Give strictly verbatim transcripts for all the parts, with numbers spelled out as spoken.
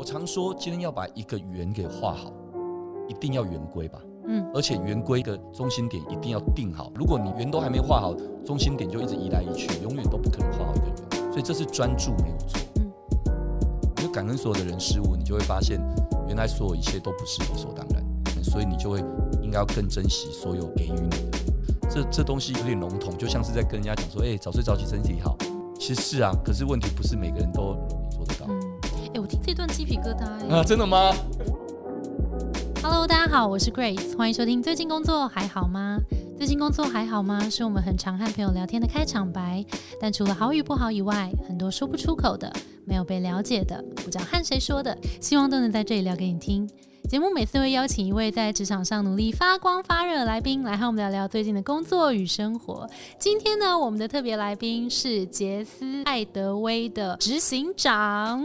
我常说，今天要把一个圆给画好，一定要圆规吧。 嗯， 而且圆规的中心点一定要定好。如果你圆都还没画好，中心点就一直移来移去，永远都不可能画好一个圆。所以这是专注没有错。嗯，你就感恩所有的人事物，你就会发现，原来所有一切都不是理所当然。所以你就会应该要更珍惜所有给予你的。这这东西有点笼统，就像是在跟人家讲说，哎、欸，早睡早起身体好。其实是啊，可是问题不是每个人都容易做得到。 嗯，哎、欸，我听这段鸡皮疙瘩、欸。 啊，真的吗 ？Hello， 大家好，我是 Grace， 欢迎收听最近工作还好吗？最近工作还好吗？是我们很常和朋友聊天的开场白。但除了好与不好以外，很多说不出口的，没有被了解的，不知道和谁说的，希望都能在这里聊给你听。节目每次会邀请一位在职场上努力发光发热的来宾来和我们聊聊最近的工作与生活。今天呢，我们的特别来宾是杰斯艾德威的执行长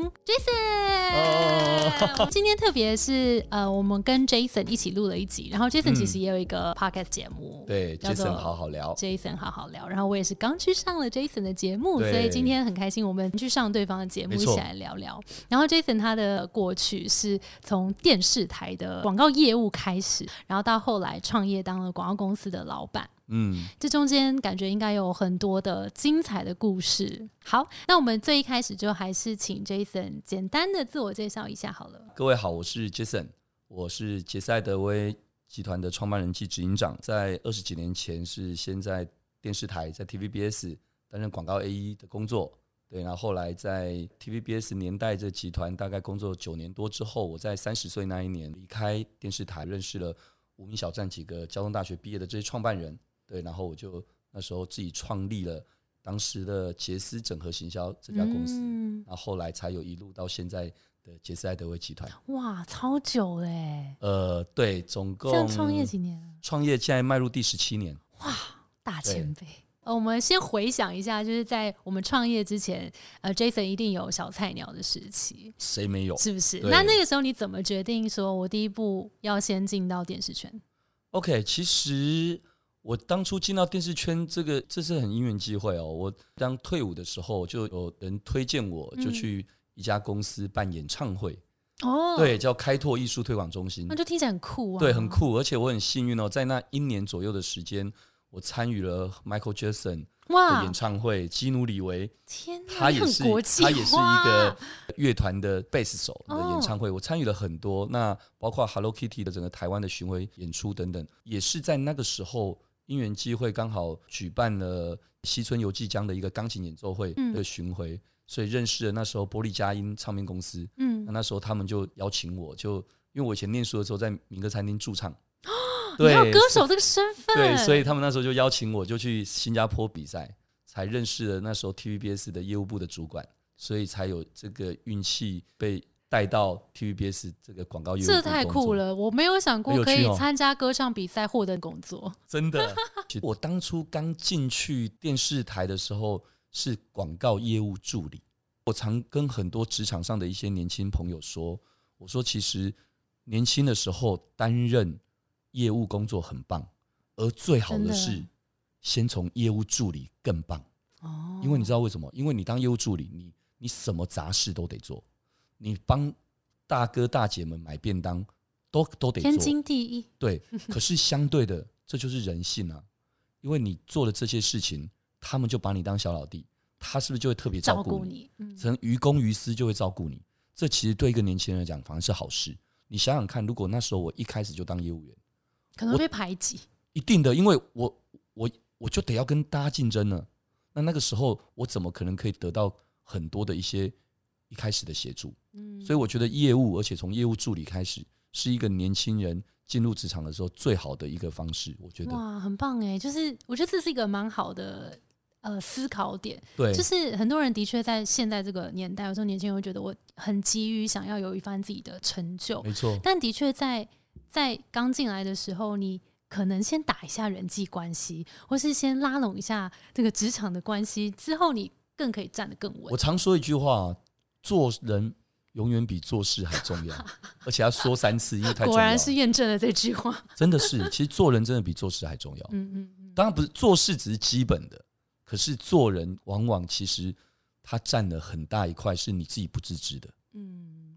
Jason、哦、今天特别是呃，我们跟 Jason 一起录了一集，然后 Jason 其实也有一个 podcast 节目、嗯、 对 Jason 好好聊 Jason 好好聊，然后我也是刚去上了 Jason 的节目，所以今天很开心我们去上对方的节目一起来聊聊。然后 Jason 他的过去是从电视台的广告业务开始，然后到后来创业当了广告公司的老板。嗯，这中间感觉应该有很多的精彩的故事。好，那我们最一开始就还是请 Jason 简单的自我介绍一下好了。 各位好，我是 Jason， 我是杰斯艾德威集团的创办人暨执行长，在二十几年前是先在电视台在 T V B S 担任广告 A E 的工作。对，然后后来在 T V B S 年代这集团大概工作九年多之后，我在三十岁那一年离开电视台，认识了无名小站几个交通大学毕业的这些创办人。对，然后我就那时候自己创立了当时的杰斯整合行销这家公司，嗯、然后后来才有一路到现在的杰斯艾德威集团。 哇，超久嘞！ 呃，对，总共这样创业几年了？ 创业现在迈入第十七年。 哇，大前辈！我们先回想一下，就是在我们创业之前，呃 ，Jason 一定有小菜鸟的时期， 谁没有？ 是不是？那那个时候你怎么决定说，我第一步要先进到电视圈 ？OK， 其实我当初进到电视圈，这个这是很因缘际会哦。我当退伍的时候，就有人推荐我，就去一家公司办演唱会。哦、嗯，对，叫开拓艺术推广中心， 那就听起来很酷啊。 对，很酷，而且我很幸运哦，在那一年左右的时间。我参与了 Michael Jackson 的演唱会，基努里维， 天哪， 他也是很国际化， 他也是一个乐团的贝斯手的演唱会，哦、我参与了很多。那包括 Hello Kitty 的整个台湾的巡回演出等等，也是在那个时候因缘机会，刚好举办了西村由纪江的一个钢琴演奏会的巡回，嗯、所以认识了那时候玻璃佳音唱片公司。嗯，那, 那时候他们就邀请我，就因为我以前念书的时候在民歌餐厅驻唱。 你还有歌手这个身份， 对，所以他们那时候就邀请我，就去新加坡比赛，才认识了那时候 T V B S 的业务部的主管，所以才有这个运气被带到 T V B S 这个广告业务部工作。 这太酷了，我没有想过可以参加歌唱比赛获得工作， 真的。我当初刚进去电视台的时候是广告业务助理，我常跟很多职场上的一些年轻朋友说，我说其实年轻的时候担任业务工作很棒，而最好的是先从业务助理更棒、哦、因为你知道为什么？因为你当业务助理，你你什么杂事都得做，你帮大哥大姐们买便当都都得做， 天经地义。 对，可是相对的，这就是人性啊！因为你做了这些事情，他们就把你当小老弟，他是不是就会特别照顾你？可能于公于私就会照顾你。这其实对一个年轻人来讲，反而是好事。你想想看，如果那时候我一开始就当业务员， 可能会被排挤， 一定的，因为我我我就得要跟大家竞争了。那那个时候，我怎么可能可以得到很多的一些一开始的协助？嗯，所以我觉得业务，而且从业务助理开始，是一个年轻人进入职场的时候最好的一个方式。我觉得哇，很棒哎！就是我觉得这是一个蛮好的呃思考点。 对， 就是很多人的确在现在这个年代，有时候年轻人会觉得我很急于想要有一番自己的成就， 没错。 但的确在在刚进来的时候，你可能先打一下人际关系，或是先拉拢一下这个职场的关系，之后你更可以站得更稳。 我常说一句话，做人永远比做事还重要，而且要说三次，因为太重要了。 果然是验证了这句话， 真的是，其实做人真的比做事还重要。嗯嗯嗯，当然不是做事只是基本的，可是做人往往其实它占了很大一块是你自己不自知的。 嗯。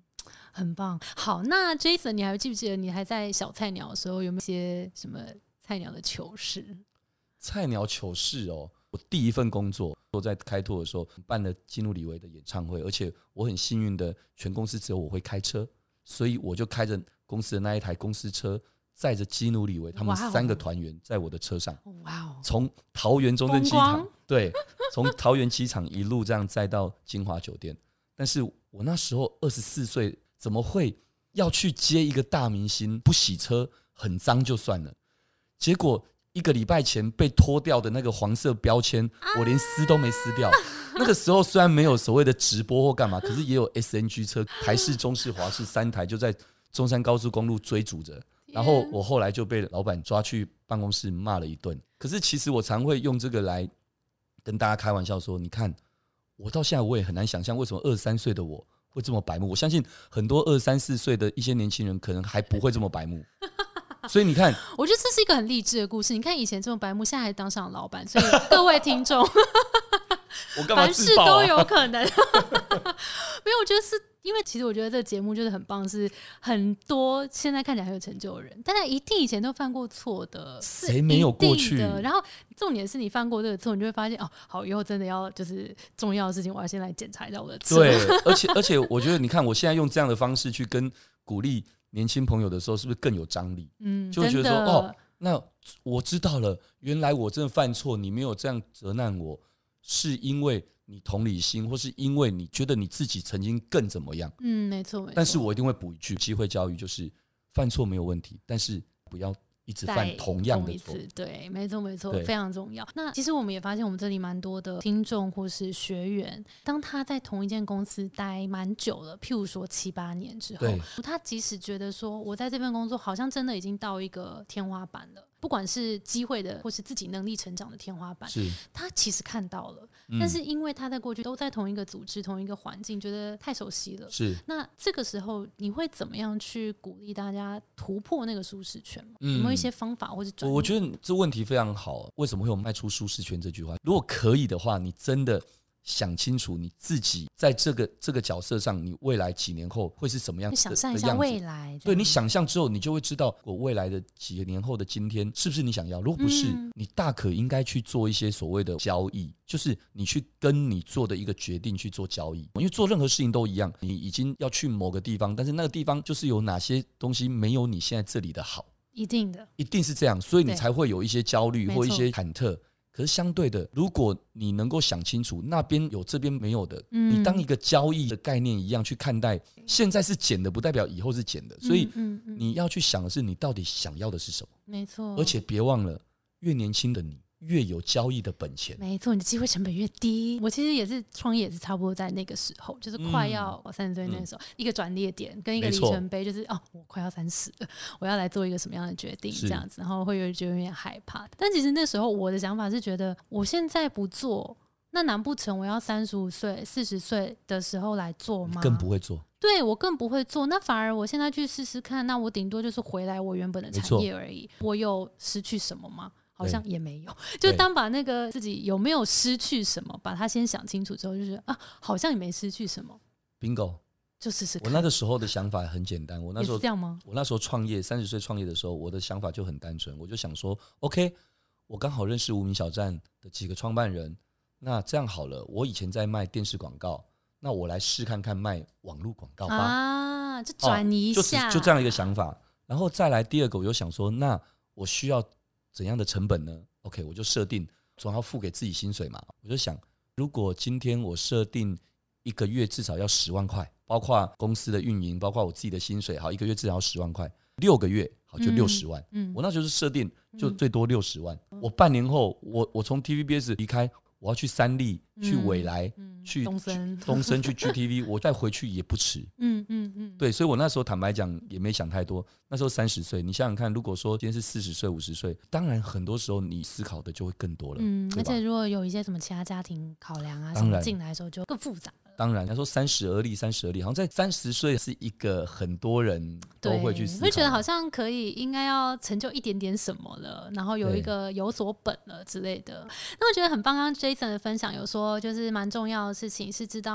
很棒。好，那 Jason 你还记不记得你还在小菜鸟的时候有没有一些什么菜鸟的糗事？ 菜鸟糗事哦，我第一份工作我在开拓的时候办了基努里维的演唱会，而且我很幸运的全公司只有我会开车，所以我就开着公司的那一台公司车，载着基努里维他们三个团员在我的车上，哇，从桃园中正机场，对，从桃园机场一路这样载到金华酒店。但是我那时候二十四岁，怎么会要去接一个大明星？不洗车很脏就算了，结果一个礼拜前被脱掉的那个黄色标签，我连撕都没撕掉。那个时候虽然没有所谓的直播或干嘛，可是也有 S N G 车，台式、中式、华式三台就在中山高速公路追逐着。然后我后来就被老板抓去办公室骂了一顿。可是其实我常会用这个来跟大家开玩笑说，你看我到现在我也很难想象为什么二十三岁的我会这么白目。我相信很多二三四岁的一些年轻人可能还不会这么白目。所以你看， 我觉得这是一个很励志的故事。你看以前这么白目，现在还当上了老板，所以各位听众我干嘛自爆啊？ 凡事都有可能。没有，我觉得是因为其实我觉得这个节目就是很棒，是很多现在看起来很有成就的人，大家一定以前都犯过错的， 谁没有过去？ 然后重点是你犯过这个错，你就会发现哦，好，以后真的要就是重要的事情，我要先来检查一下我的错。 对，而且而且我觉得你看，我现在用这样的方式去跟鼓励年轻朋友的时候，是不是更有张力？嗯，就会觉得说哦，那我知道了，原来我真的犯错，你没有这样责难我，是因为你同理心，或是因为你觉得你自己曾经更怎么样。 嗯，没错没错。 但是我一定会补一句，机会教育就是犯错没有问题，但是不要一直犯同样的错。 对，没错没错，非常重要。那其实我们也发现，我们这里蛮多的听众或是学员，当他在同一间公司待蛮久了，譬如说七八年之后，他即使觉得说我在这份工作好像真的已经到一个天花板了，不管是机会的或是自己能力成长的天花板，他其实看到了、嗯、但是因为他在过去都在同一个组织同一个环境，觉得太熟悉了。是，那这个时候你会怎么样去鼓励大家突破那个舒适圈吗？嗯、有没有一些方法或是专业？ 我觉得这问题非常好。为什么会有迈出舒适圈这句话？如果可以的话，你真的想清楚你自己在这个这个角色上，你未来几年后会是什么样子的样子？想象一下未来。对，你想象之后，你就会知道我未来的几年后的今天是不是你想要。如果不是、嗯、你大可应该去做一些所谓的交易，就是你去跟你做的一个决定去做交易。因为做任何事情都一样，你已经要去某个地方，但是那个地方就是有哪些东西没有你现在这里的好， 一定的， 一定是这样，所以你才会有一些焦虑或一些忐忑。可是相对的，如果你能够想清楚那边有这边没有的、嗯、你当一个交易的概念一样去看待，现在是减的不代表以后是减的，所以你要去想的是你到底想要的是什么。没错，而且别忘了，越年轻的你越有交易的本钱。没错，你的机会成本越低。我其实也是创业，也是差不多在那个时候，就是快要三十岁那时候、嗯、一个转捩点跟一个里程碑，就是哦，我快要三十了，我要来做一个什么样的决定这样子，然后会有觉得有点害怕。但其实那时候我的想法是觉得，我现在不做，那难不成我要三十五岁、四十岁的时候来做吗？更不会做。对，我更不会做，那反而我现在去试试看，那我顶多就是回来我原本的产业而已。我有失去什么吗？好像也没有。就当把那个自己有没有失去什么，把它先想清楚之后，就是啊，好像也没失去什么。Bingo， 就试试看。我那个时候的想法很简单，我那时候也是这样吗？我那时候创业，三十岁创业的时候，我的想法就很单纯，我就想说 ，OK， 我刚好认识无名小站的几个创办人，那这样好了，我以前在卖电视广告，那我来试看看卖网络广告吧。啊，就转移一下、哦就，就这样一个想法。然后再来第二个，我又想说，那我需要怎样的成本呢 ？OK， 我就设定总要付给自己薪水嘛。我就想，如果今天我设定一个月至少要十万块，包括公司的运营，包括我自己的薪水，好，一个月至少要十万块，六个月好就六十万。嗯，我那就是设定就最多六十万。嗯、我半年后，我我从 T V B S 离开，我要去三立、嗯、去未来、嗯、去东森、东森去 G T V， 我再回去也不迟。嗯嗯嗯，对，所以我那时候坦白讲也没想太多。那时候三十岁，你想想看，如果说今天是四十岁、五十岁，当然很多时候你思考的就会更多了。嗯，而且如果有一些什么其他家庭考量啊什么进来的时候，就更复杂了。当然，他说三十而立，三十而立，好像在三十岁是一个很多人都会去思考，会觉得好像可以应该要成就一点点什么了，然后有一个有所本了之类的。那我觉得很棒，刚刚 Jason 的分享有说，就是蛮重要的事情是知道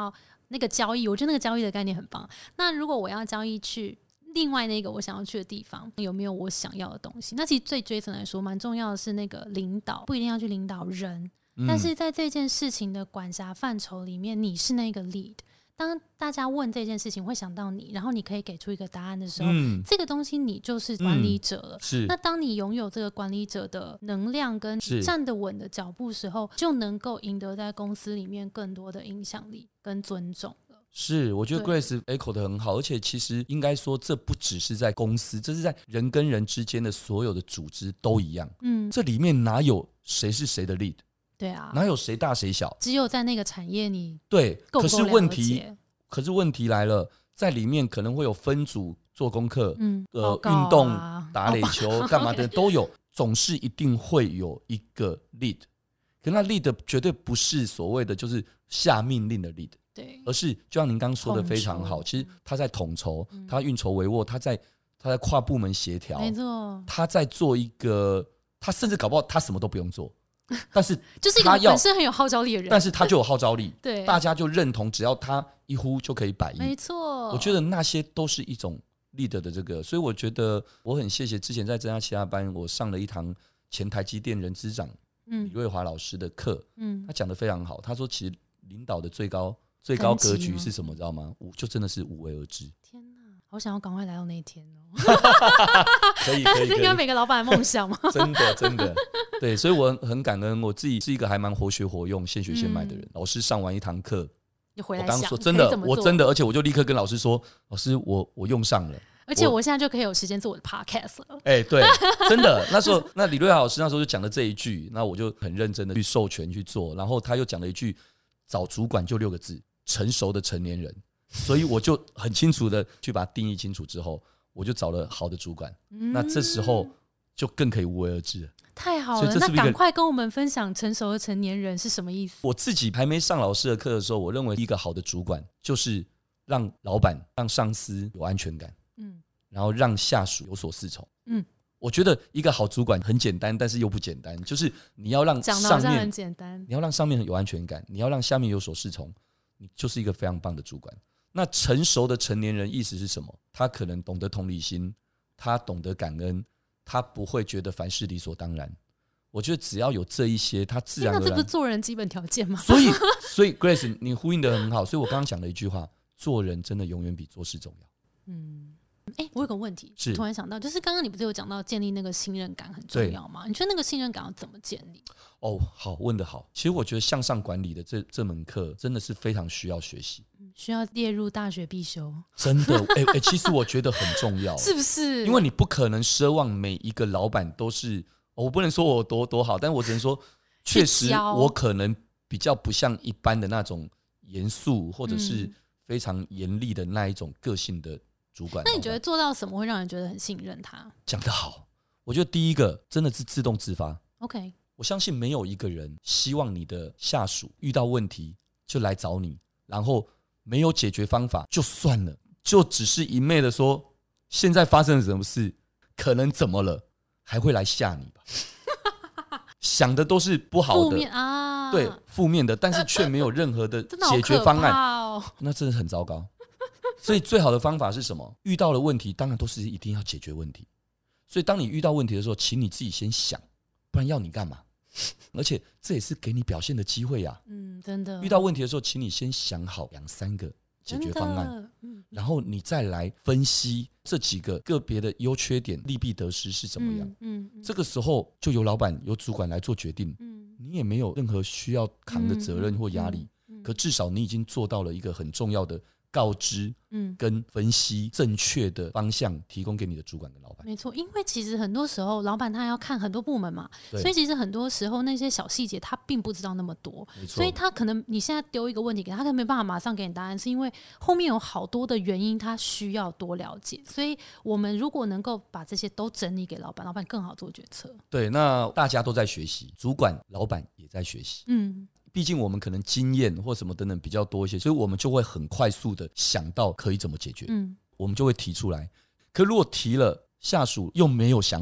那个交易，我觉得那个交易的概念很棒。那如果我要交易去另外那个我想要去的地方，有没有我想要的东西？那其实对 Jason 来说蛮重要的是那个领导，不一定要去领导人，嗯、但是在这件事情的管辖范畴里面，你是那个 lead。当大家问这件事情会想到你，然后你可以给出一个答案的时候，嗯、这个东西你就是管理者了、嗯、 是。 那当你拥有这个管理者的能量跟站得稳的脚步时候，就能够赢得在公司里面更多的影响力跟尊重了。 是，我觉得 Grace echo 的很好，而且其实应该说这不只是在公司，这是在人跟人之间的所有的组织都一样。嗯，这里面哪有谁是谁的 lead？对啊，哪有谁大谁小？ 只有在那个产业你对，够不够了解？可是问题，可是问题来了，在里面可能会有分组做功课，嗯，呃，运、啊、动、打垒球、干嘛的都有，总是一定会有一个 lead。可那 lead 绝对不是所谓的就是下命令的 lead， 对，而是就像您刚刚说的非常好，其实他在统筹，嗯、他运筹帷幄，他在他在跨部门协调，没错，他在做一个，他甚至搞不好他什么都不用做。但是就是一个本身很有号召力的人， 但是他就有号召力， 对， 大家就认同，只要他一呼就可以百亿， 没错。 我觉得那些都是一种 leader 的这个，所以我觉得我很谢谢之前在增加其他班，我上了一堂前台积电人资长李瑞华老师的课，嗯，他讲得非常好，他说其实领导的最高最高格局是什么，知道吗？就真的是无为而治。 天哪，好想要赶快来到那一天哦！ 可以可以， 这应该每个老板的梦想吗？ 真的真的。对，所以我很感恩，我自己是一个还蛮活学活用、现学现卖的人。嗯、老师上完一堂课， 就回来我刚刚说真的，我真的，而且我就立刻跟老师说，老师，我我用上了， 而且我现在就可以有时间做我的 podcast 了。 哎、欸，对，真的，那时候那李瑞华老师那时候就讲了这一句，那我就很认真的去授权去做，然后他又讲了一句，找主管就六个字，成熟的成年人，所以我就很清楚的去把它定义清楚之后，我就找了好的主管，嗯、那这时候就更可以无为而治了。 太好了，那赶快跟我们分享成熟的成年人是什么意思？ 我自己还没上老师的课的时候，我认为一个好的主管就是让老板、让上司有安全感，嗯，然后让下属有所适从，嗯，我觉得一个好主管很简单，但是又不简单，就是你要让上面讲得很简单， 你要让上面有安全感，你要让下面有所适从，你就是一个非常棒的主管。那成熟的成年人意思是什么？他可能懂得同理心，他懂得感恩。他不会觉得凡事理所当然，我觉得只要有这一些，他自然而然。 那这不是做人基本条件吗？ 所以，所以 Grace 你呼应得很好。所以我刚刚讲了一句话：做人真的永远比做事重要。 嗯，哎、欸，我有个问题，突然想到，就是刚刚你不是有讲到建立那个信任感很重要吗？你觉得那个信任感要怎么建立？ 哦，好，问得好。其实我觉得向上管理的这这门课真的是非常需要学习。 需要列入大学必修， 真的，哎、欸欸、其实我觉得很重要， 是不是？ 因为你不可能奢望每一个老板都是，我不能说我多多好，但我只能说，确实我可能比较不像一般的那种严肃或者是非常严厉的那一种个性的主管。 那你觉得做到什么会让人觉得很信任他？ 讲得好，我觉得第一个真的是自动自发。 OK， 我相信没有一个人希望你的下属遇到问题就来找你，然后没有解决方法就算了，就只是一昧的说现在发生了什么事，可能怎么了，还会来吓你吧？想的都是不好的，负面啊，对，负面的，但是却没有任何的解决方案， 哦、 那真的很糟糕。所以最好的方法是什么？遇到了问题，当然都是一定要解决问题。所以当你遇到问题的时候，请你自己先想，不然要你干嘛？而且这也是给你表现的机会呀。 嗯，真的。遇到问题的时候，请你先想好两三个解决方案，嗯，然后你再来分析这几个个别的优缺点、利弊得失是怎么样。嗯，嗯嗯这个时候就由老板、由主管来做决定。嗯，你也没有任何需要扛的责任或压力，嗯嗯嗯、可至少你已经做到了一个很重要的告知，嗯，跟分析正确的方向，提供给你的主管跟老板。 没错，因为其实很多时候老板他要看很多部门嘛，所以其实很多时候那些小细节他并不知道那么多，所以他可能你现在丢一个问题给他，他可能没办法马上给你答案，是因为后面有好多的原因他需要多了解。所以我们如果能够把这些都整理给老板，老板更好做决策。 对，那大家都在学习，主管、老板也在学习。嗯。毕竟我们可能经验或什么等等比较多一些，所以我们就会很快速的想到可以怎么解决，嗯，我们就会提出来。可如果提了，下属又没有想法，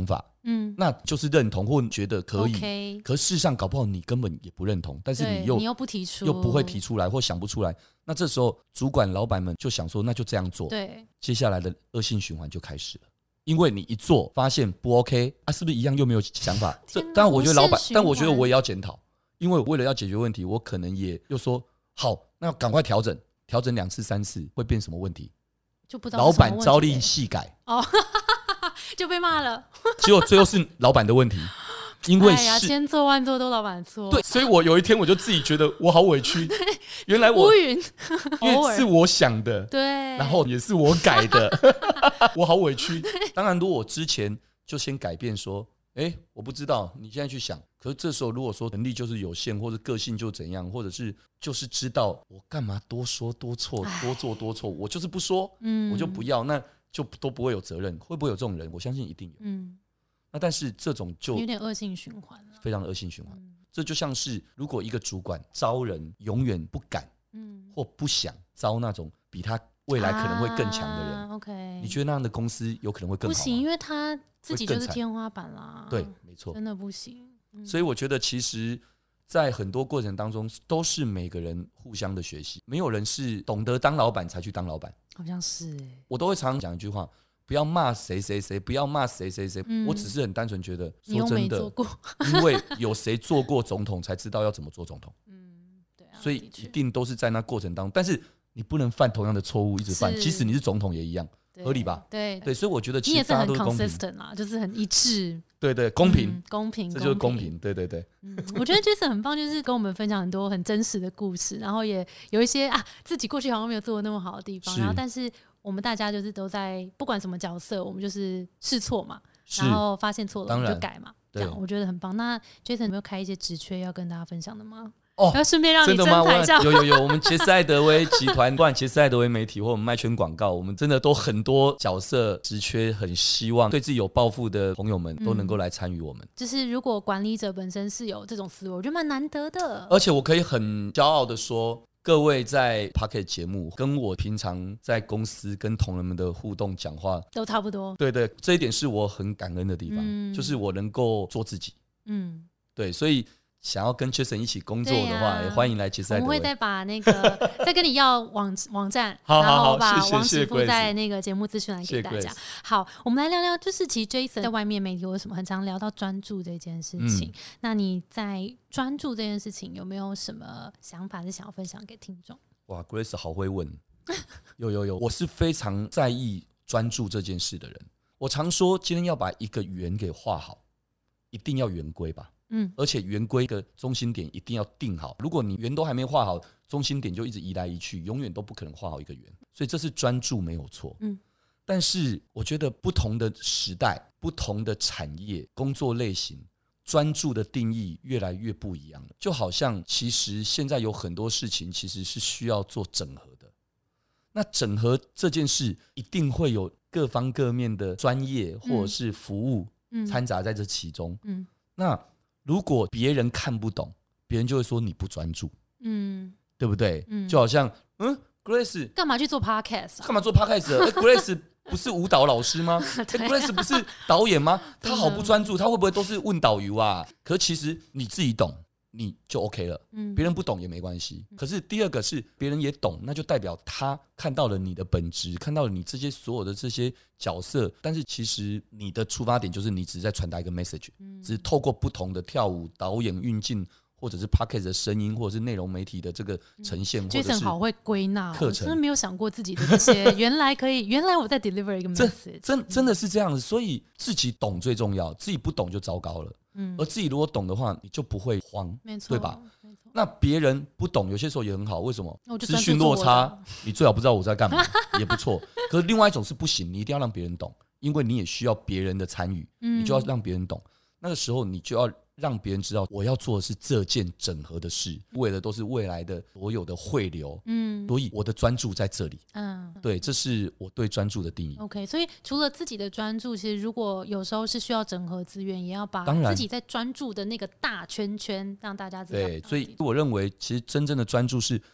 嗯，那就是认同或觉得可以。 Okay. 可是事实上搞不好你根本也不认同，但是你又你又不提出， 又不会提出来或想不出来。那这时候主管老板们就想说，那就这样做。 对， 接下来的恶性循环就开始了。因为你一做发现不 OK 啊，是不是一样又没有想法？这当然我觉得老板，但我觉得我也要检讨，因为为了要解决问题，我可能也又说好，那赶快调整，调整两次三次会变什么问题？ 就不知道老板朝令夕改哦，就被骂了。 结果最后是老板的问题，因为哎呀，千错万错都老板错。 对，所以我有一天我就自己觉得我好委屈，原来我乌云， 因为是我想的， 对， 然后也是我改的，我好委屈。当然，如果我之前就先改变说，哎，我不知道，你现在去想。可是这时候如果说能力就是有限，或者个性就怎样，或者是就是知道我干嘛多说多错，多做多错，我就是不说，嗯，我就不要，那就都不会有责任。会不会有这种人？我相信一定有。嗯，那但是这种就有点恶性循环了， 非常恶性循环。嗯，这就像是如果一个主管招人永远不敢，嗯，或不想招那种比他未来可能会更强的人，啊 OK， 你觉得那样的公司有可能会更好吗？ 不行，因为他自己就是天花板啦。 对，没错， 真的不行。嗯， 所以我觉得其实在很多过程当中都是每个人互相的学习，没有人是懂得当老板才去当老板。 好像是欸， 我都会常常讲一句话，不要骂谁谁谁，不要骂谁谁谁，嗯，我只是很单纯觉得说真的，因为有谁做过总统才知道要怎么做总统。嗯，对啊，所以一定都是在那过程当中，但是你不能犯同样的错误一直犯，即使你是总统也一样，合理吧？ 对对，所以我觉得其实大家都是公平，你也是很 consistent 啦，就是很一致。 对对，公平， 嗯，公平， 这就是公平。对对对， 嗯，我觉得 Jason 很棒，就是跟我们分享很多很真实的故事，然后也有一些啊自己过去好像没有做的那么好的地方，然后但是我们大家就是都在不管什么角色，我们就是试错嘛，然后发现错了我们就改嘛，这样我觉得很棒。那 Jason 有没有开一些职缺要跟大家分享的吗？哦，要顺便让你真的吗？有有有，我们杰斯艾德威集团，不管杰斯艾德威媒体或我们麦圈广告，我们真的都很多角色职缺，很希望对自己有抱负的朋友们都能够来参与我们。嗯， 就是如果管理者本身是有这种思维，我觉得蛮难得的。 而且我可以很骄傲的说，各位在 Podcast 节目跟我平常在公司跟同仁们的互动讲话都差不多。 对对，这一点是我很感恩的地方，嗯，就是我能够做自己。嗯，对，所以想要跟 Jason 一起工作的话，也欢迎来杰斯艾德威。 我们会再把那个再跟你要网网站， 好好好， 然后把网址附在那个节目资讯栏给大家。好，我们来聊聊，就是其实 Jason 在外面媒体有什么很常聊到专注这件事情。嗯，那你在专注这件事情有没有什么想法是想要分享给听众？ 哇 ，Grace 好会问，有有有，我是非常在意专注这件事的人。我常说，今天要把一个圆给画好，一定要圆规吧。嗯，而且圆规的中心点一定要定好。如果你圆都还没画好，中心点就一直移来移去，永远都不可能画好一个圆。所以这是专注没有错。嗯，但是我觉得不同的时代、不同的产业、工作类型，专注的定义越来越不一样了。就好像其实现在有很多事情其实是需要做整合的。那整合这件事一定会有各方各面的专业或者是服务掺杂在这其中。嗯，那如果别人看不懂，别人就会说你不专注，嗯，对不对？嗯，就好像嗯 ，Grace 干嘛去做 podcast 啊？ 干嘛做 podcast？欸，Grace 不是舞蹈老师吗？欸，Grace 不是导演吗？他好不专注，他会不会都是问导游啊？可其实你自己懂，你就 OK 了，嗯，别人不懂也没关系。可是第二个是别人也懂，那就代表他看到了你的本质，看到了你这些所有的这些角色。但是其实你的出发点就是你只是在传达一个 message，嗯，只是透过不同的跳舞、导演、运镜，或者是 podcast 的声音，或者是内容媒体的这个呈现，嗯，或者是 Jason 好会归纳，我真的没有想过自己的这些，原来可以，原来我在 deliver 一个 message， 真真的是这样子。所以自己懂最重要，自己不懂就糟糕了。嗯，而自己如果懂的话，你就不会慌， 没错， 对吧？那别人不懂，有些时候也很好。为什么？资讯落差，你最好不知道我在干嘛，也不错。可是另外一种是不行，你一定要让别人懂，因为你也需要别人的参与，嗯，你就要让别人懂。那个时候，你就要让别人知道，我要做的是这件整合的事，为的都是未来的所有的汇流。嗯，所以我的专注在这里。嗯，对，这是我对专注的定义。 OK， 所以除了自己的专注，其实如果有时候是需要整合资源，也要把自己在专注的那个大圈圈让大家知道。 对，所以我认为，其实真正的专注是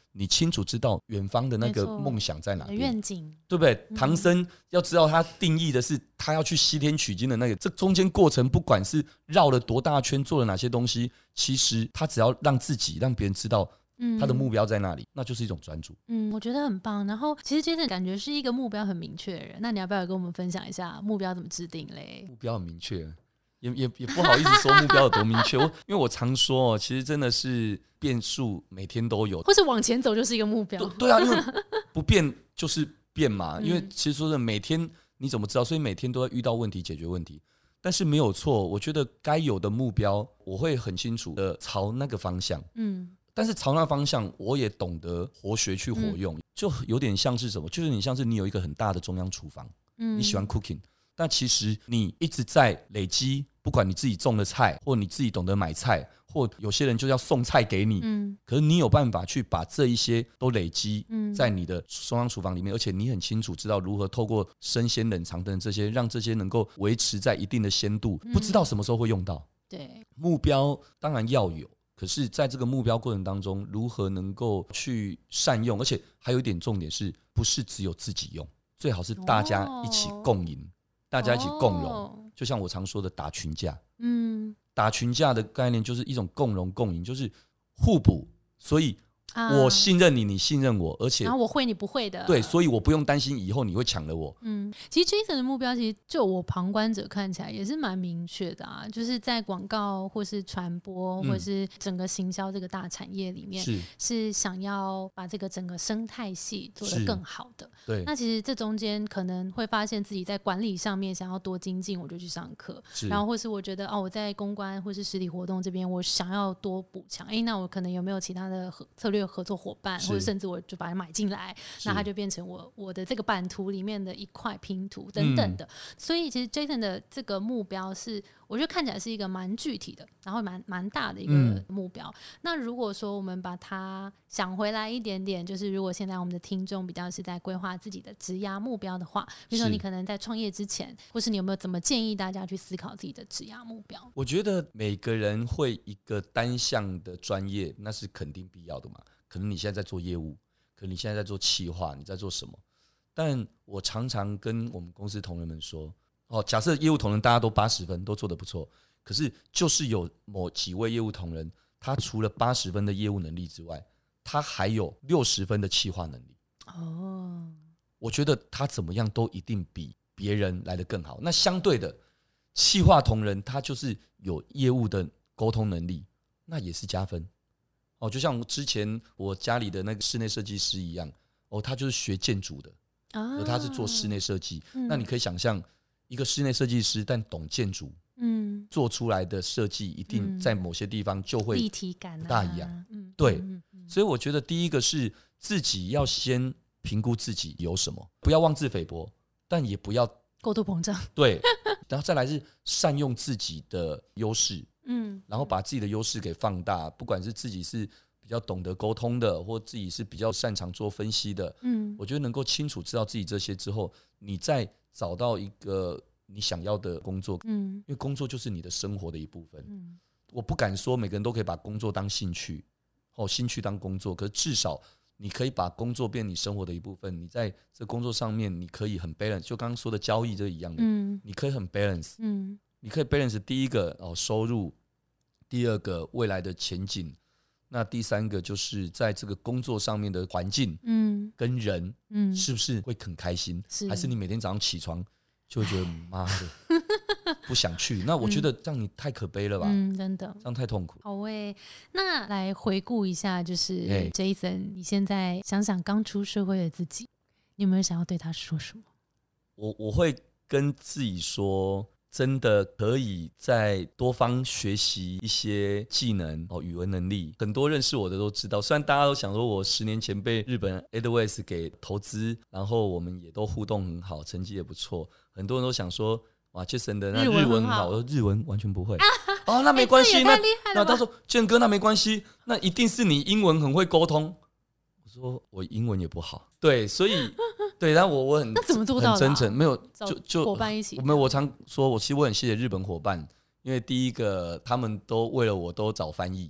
你清楚知道远方的那个梦想在哪边， 愿景， 对不对？嗯、唐僧要知道他定义的是他要去西天取经的那个，这中间过程不管是绕了多大圈，做了哪些东西，其实他只要让自己让别人知道他的目标在哪里、嗯、那就是一种专注。 嗯，我觉得很棒。然后其实Jason感觉是一个目标很明确的人，那你要不要跟我们分享一下目标怎么制定嘞？ 目标很明确，也也也不好意思说目标有多明确，因为我常说，其实真的是变数每天都有， 或是往前走就是一个目标。 对, 对啊，因为不变就是变嘛。嗯、因为其实说的每天你怎么知道？所以每天都在遇到问题，解决问题。但是没有错，我觉得该有的目标，我会很清楚的朝那个方向。嗯。但是朝那方向，我也懂得活学去活用，嗯、就有点像是什么？就是你像是你有一个很大的中央厨房，嗯、你喜欢 cooking， 但其实你一直在累积，不管你自己种的菜，或你自己懂得买菜，或有些人就要送菜给你，嗯、可是你有办法去把这一些都累积在你的中央厨房里面，而且你很清楚知道如何透过生鲜冷藏等这些，让这些能够维持在一定的鲜度，嗯、不知道什么时候会用到。 对， 目标当然要有。可是在这个目标过程当中，如何能够去善用，而且还有一点重点是，不是只有自己用，最好是大家一起共赢，哦、大家一起共荣。哦、就像我常说的打群架，嗯，打群架的概念就是一种共荣共赢，就是互补，所以我信任你，你信任我，而且然后我会你不会的， 对，所以我不用担心以后你会抢了我。 嗯，其实 Jason 的目标，其实就我旁观者看起来也是蛮明确的啊，就是在广告或是传播，嗯、或是整个行销这个大产业里面，是是想要把这个整个生态系做得更好的。对，那其实这中间可能会发现自己在管理上面想要多精进，我就去上课，然后或是我觉得哦，我在公关或是实体活动这边，我想要多补强，哎，那我可能有没有其他的策略合作伙伴，或者甚至我就把它买进来，那它就变成我我的这个版图里面的一块拼图等等的。嗯、所以其实 Jason 的这个目标是，我觉得看起来是一个蛮具体的，然后蛮蛮大的一个目标。嗯、那如果说我们把它想回来一点点，就是如果现在我们的听众比较是在规划自己的职涯目标的话，比如说你可能在创业之前，或是你有没有怎么建议大家去思考自己的职涯目标？ 我觉得每个人会一个单项的专业，那是肯定必要的嘛。可能你现在在做业务，可能你现在在做企划，你在做什么？但我常常跟我们公司同仁们说，哦，假设业务同仁大家都八十分，都做得不错，可是就是有某几位业务同仁，他除了八十分的业务能力之外，他还有六十分的企划能力。哦，我觉得他怎么样都一定比别人来得更好。那相对的，企划同仁他就是有业务的沟通能力，那也是加分。哦，就像之前我家里的那个室内设计师一样，哦，他就是学建筑的，而他是做室内设计。嗯、那你可以想象，一个室内设计师但懂建筑，嗯，做出来的设计一定在某些地方就会立体感不大一样。啊嗯、对、嗯嗯，所以我觉得第一个是自己要先评估自己有什么，不要妄自菲薄，但也不要过度膨胀。 对，然后再来是善用自己的优势。嗯，然后把自己的优势给放大，不管是自己是比较懂得沟通的，或自己是比较擅长做分析的，嗯，我觉得能够清楚知道自己这些之后，你再找到一个你想要的工作，嗯，因为工作就是你的生活的一部分。嗯，我不敢说每个人都可以把工作当兴趣，哦，兴趣当工作，可是至少你可以把工作变你生活的一部分。你在这工作上面，你可以很 balance， 就刚刚说的交易这一样的，嗯，你可以很 balance， 嗯，你可以 balance 第一个哦收入。第二个未来的前景，那第三个就是在这个工作上面的环境，嗯，跟人，嗯，是不是会很开心？是还是你每天早上起床就会觉得妈的不想去？那我觉得这样你太可悲了吧？ 嗯，真的， 这样太痛苦。 好诶，那来回顾一下，就是 Jason， 你现在想想刚出社会的自己，你有没有想要对他说什么？ 我我会跟自己说。真的可以再多方学习一些技能哦，语文能力。很多认识我的都知道，虽然大家都想说我十年前被日本 A W S 给投资，然后我们也都互动很好，成绩也不错。很多人都想说，哇 ，Jason 的那日文很好，我说日文完全不会。哦，那没关系，欸、那那他说建哥那没关系，那一定是你英文很会沟通。我说我英文也不好，对，所以。对，然后我我很那怎么做到的、啊？ 很真诚，没有就就伙伴一起。 我们我常说，我其实我很谢谢日本伙伴，因为第一个他们都为了我都找翻译，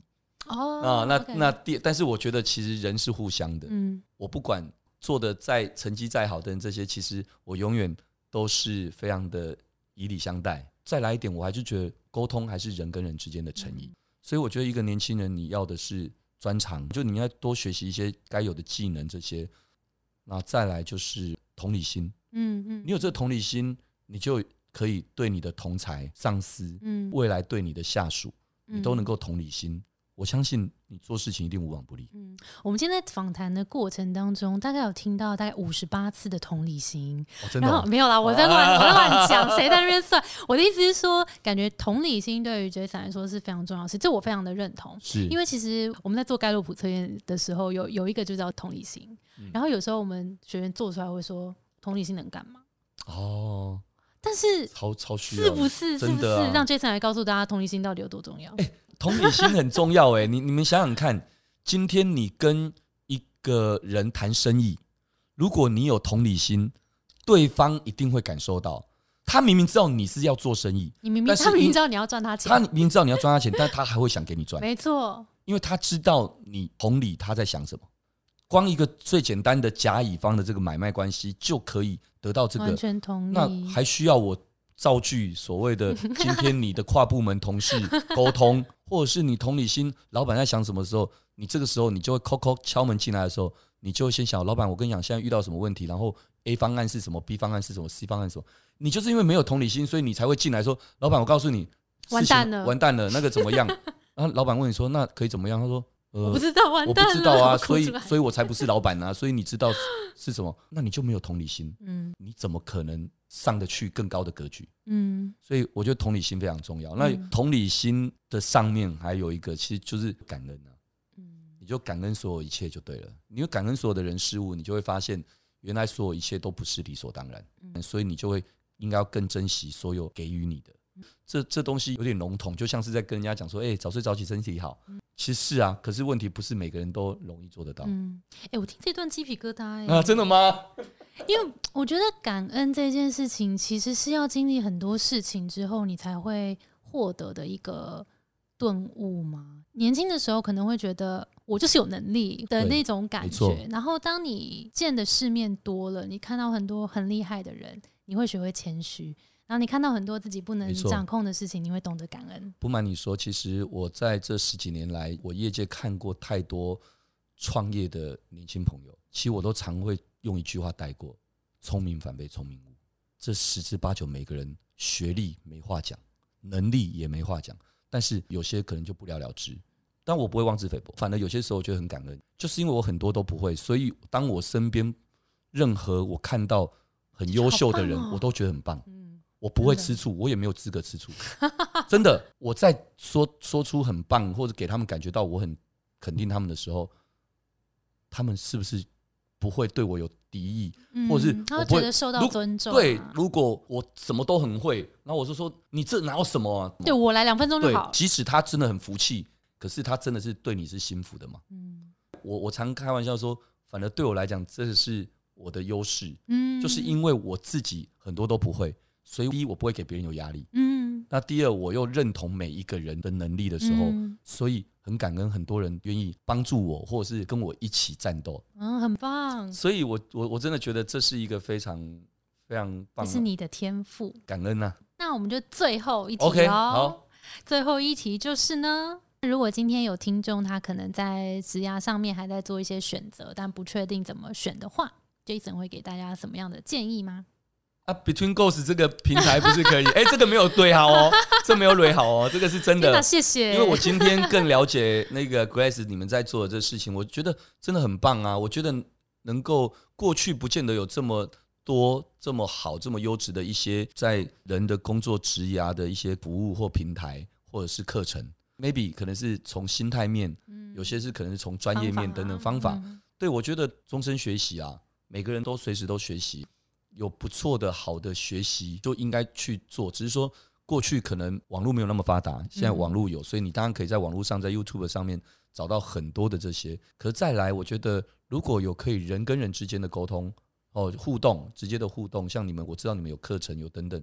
哦， 啊，那 okay 那第，但是我觉得其实人是互相的， 嗯我不管做的再成绩再好的人，这些其实我永远都是非常的以礼相待。再来一点，我还是觉得沟通还是人跟人之间的诚意，嗯、所以我觉得一个年轻人你要的是专长，就你要多学习一些该有的技能这些。那再来就是同理心，嗯嗯，你有这个同理心，你就可以对你的同才、上司，嗯，未来对你的下属，你都能够同理心。我相信你做事情一定无往不利。 嗯，我们现在访谈的过程当中，大概有听到大概五十八次的同理心， 哦真的哦、 然后没有啦，我在乱、啊、我在乱讲，谁在那边算？我的意思是说，感觉同理心对于 Jason 来说是非常重要的事，这我非常的认同。是因为其实我们在做盖洛普测验的时候，有有一个就叫同理心、嗯，然后有时候我们学员做出来会说，同理心能干嘛？哦。但是超超需要， 是不是？是不是、 啊、 让 Jason 来告诉大家同理心到底有多重要？ 欸、同理心很重要哎、欸，你你们想想看，今天你跟一个人谈生意，如果你有同理心，对方一定会感受到，他明明知道你是要做生意， 你明明他明明知道你要赚他钱， 他明明知道你要赚他钱，但他还会想给你赚， 没错， 因为他知道你同理他在想什么。光一个最简单的甲乙方的这个买卖关系就可以得到这个， 完全同意。 那还需要我造句所谓的今天你的跨部门同事沟通，或者是你同理心，老板在想什么时候，你这个时候你就会扣扣敲门进来的时候，你就会先想，老板，我跟你讲，现在遇到什么问题，然后 A 方案是什么 ，B 方案是什么 ，C 方案是什么。你就是因为没有同理心，所以你才会进来说，老板，我告诉你， 完蛋了， 完蛋了，那个怎么样？然后老板问你说，那可以怎么样？他说。 呃、我不知道，完蛋了， 我不知道啊，所以所以我才不是老板啊，所以你知道是什么？那你就没有同理心，嗯，你怎么可能上得去更高的格局？嗯，所以我觉得同理心非常重要。那同理心的上面还有一个，其实就是感恩啊，嗯，你就感恩所有一切就对了。你就感恩所有的人事物，你就会发现原来所有一切都不是理所当然，嗯，所以你就会应该要更珍惜所有给予你的。这这东西有点笼统，就像是在跟人家讲说，哎、欸，早睡早起身体好。嗯、其实是啊，可是问题不是每个人都容易做得到。嗯， 哎、欸，我听这段鸡皮疙瘩哎、 欸。啊，真的吗？ 因为我觉得感恩这件事情，其实是要经历很多事情之后，你才会获得的一个顿悟嘛。年轻的时候可能会觉得我就是有能力的那种感觉，然后当你见的世面多了，你看到很多很厉害的人，你会学会谦虚。然后你看到很多自己不能掌控的事情，你会懂得感恩。 不瞒你说，其实我在这十几年来，我业界看过太多创业的年轻朋友，其实我都常会用一句话带过：聪明反被聪明误。这十之八九，每个人学历没话讲，能力也没话讲，但是有些可能就不了了之。但我不会妄自菲薄，反而有些时候我觉得很感恩，就是因为我很多都不会，所以当我身边任何我看到很优秀的人，哦、我都觉得很棒。嗯，我不会吃醋，我也没有资格吃醋。真的，我在 说, 说出很棒，或者给他们感觉到我很肯定他们的时候，他们是不是不会对我有敌意，嗯、或者是他会觉得受到尊重、啊？ 对，如果我什么都很会，然后我就说你这哪有什么、啊？ 对我来两分钟就好。 即使他真的很服气，可是他真的是对你是心服的嘛？嗯，我我常开玩笑说，反而对我来讲，这是我的优势。嗯，就是因为我自己很多都不会。所以第一，我不会给别人有压力。嗯，那第二，我又认同每一个人的能力的时候，嗯、所以很感恩很多人愿意帮助我，或者是跟我一起战斗。 嗯，很棒。 所以我我我真的觉得这是一个非常非常棒的， 这是你的天赋， 感恩啊。 那我们就最后一题哦。 Okay, 好， 最后一题就是呢，如果今天有听众他可能在职涯上面还在做一些选择，但不确定怎么选的话 ，Jason 会给大家什么样的建议吗？ 啊 ，Between Goals 这个平台不是可以？哎、欸，这个没有对好哦，这没有对好哦，这个是真的。 谢谢。 因为我今天更了解那个 Grace 你们在做的这事情，我觉得真的很棒啊！我觉得能够过去不见得有这么多这么好、这么优质的一些在人的工作职涯的一些服务或平台或者是课程 ，maybe 可能是从心态面，嗯、有些是可能是从专业面等等方法。方法嗯、对，我觉得终身学习啊，每个人都随时都学习。有不错的好的学习就应该去做，只是说过去可能网络没有那么发达，现在网络有，所以你当然可以在网络上在 YouTube 上面找到很多的这些。可是再来我觉得如果有可以人跟人之间的沟通、哦、互动直接的互动，像你们我知道你们有课程有等等，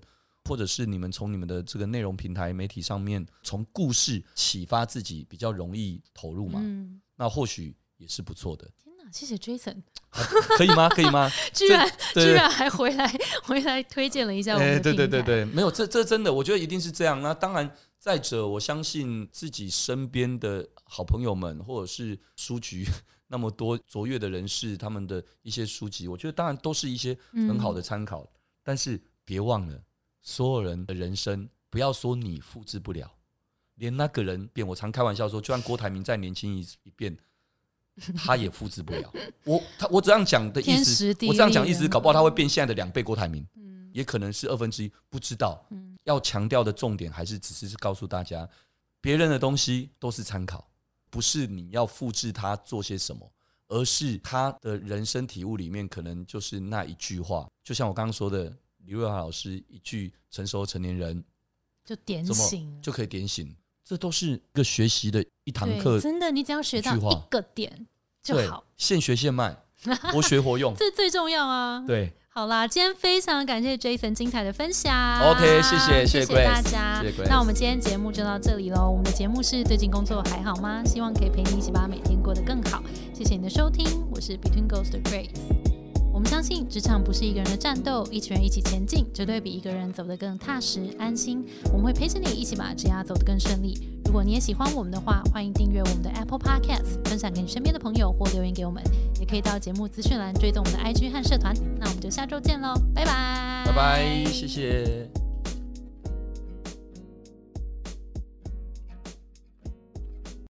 或者是你们从你们的这个内容平台媒体上面，从故事启发自己比较容易投入嘛，嗯、那或许也是不错的。 天哪，谢谢 Jason，、 啊、可以吗？可以吗？ 居然居然还回来回来推荐了一下我们的平台、欸、 对对对对，没有这这真的，我觉得一定是这样。那当然，再者，我相信自己身边的好朋友们，或者是书局那么多卓越的人士，他们的一些书籍，我觉得当然都是一些很好的参考、嗯、但是别忘了。所有人的人生，不要说你复制不了，连那个人变，我常开玩笑说，就算郭台铭再年轻一一遍，他也复制不了。我他我这样讲的意思，我这样讲意思，搞不好他会变现在的两倍郭台铭、嗯，也可能是二分之一，不知道、嗯。要强调的重点还是只是告诉大家，别人的东西都是参考，不是你要复制他做些什么，而是他的人生体悟里面，可能就是那一句话，就像我刚刚说的。李瑞华老师一句成熟成年人就点醒， 就可以点醒，这都是一个学习的一堂课。 真的，你只要学到一个点就好， 现学现卖，活学活用， 这最重要啊！ 对， 好啦，今天非常感谢 Jason 精彩的分享。 OK， 谢谢谢谢大家。谢谢那我们今天节目就到这里喽。我们的节目是最近工作还好吗？希望可以陪你一起把每天过得更好。谢谢你的收听，我是 Between Ghosts 的 Grace。我们相信职场不是一个人的战斗，一群人一起前进，绝对比一个人走得更踏实安心。我们会陪着你一起把职涯走得更顺利。如果你也喜欢我们的话，欢迎订阅我们的 Apple Podcast， 分享给你身边的朋友或留言给我们，也可以到节目资讯栏追踪我们的 I G 和社团。那我们就下周见喽，拜拜， 拜拜，谢谢。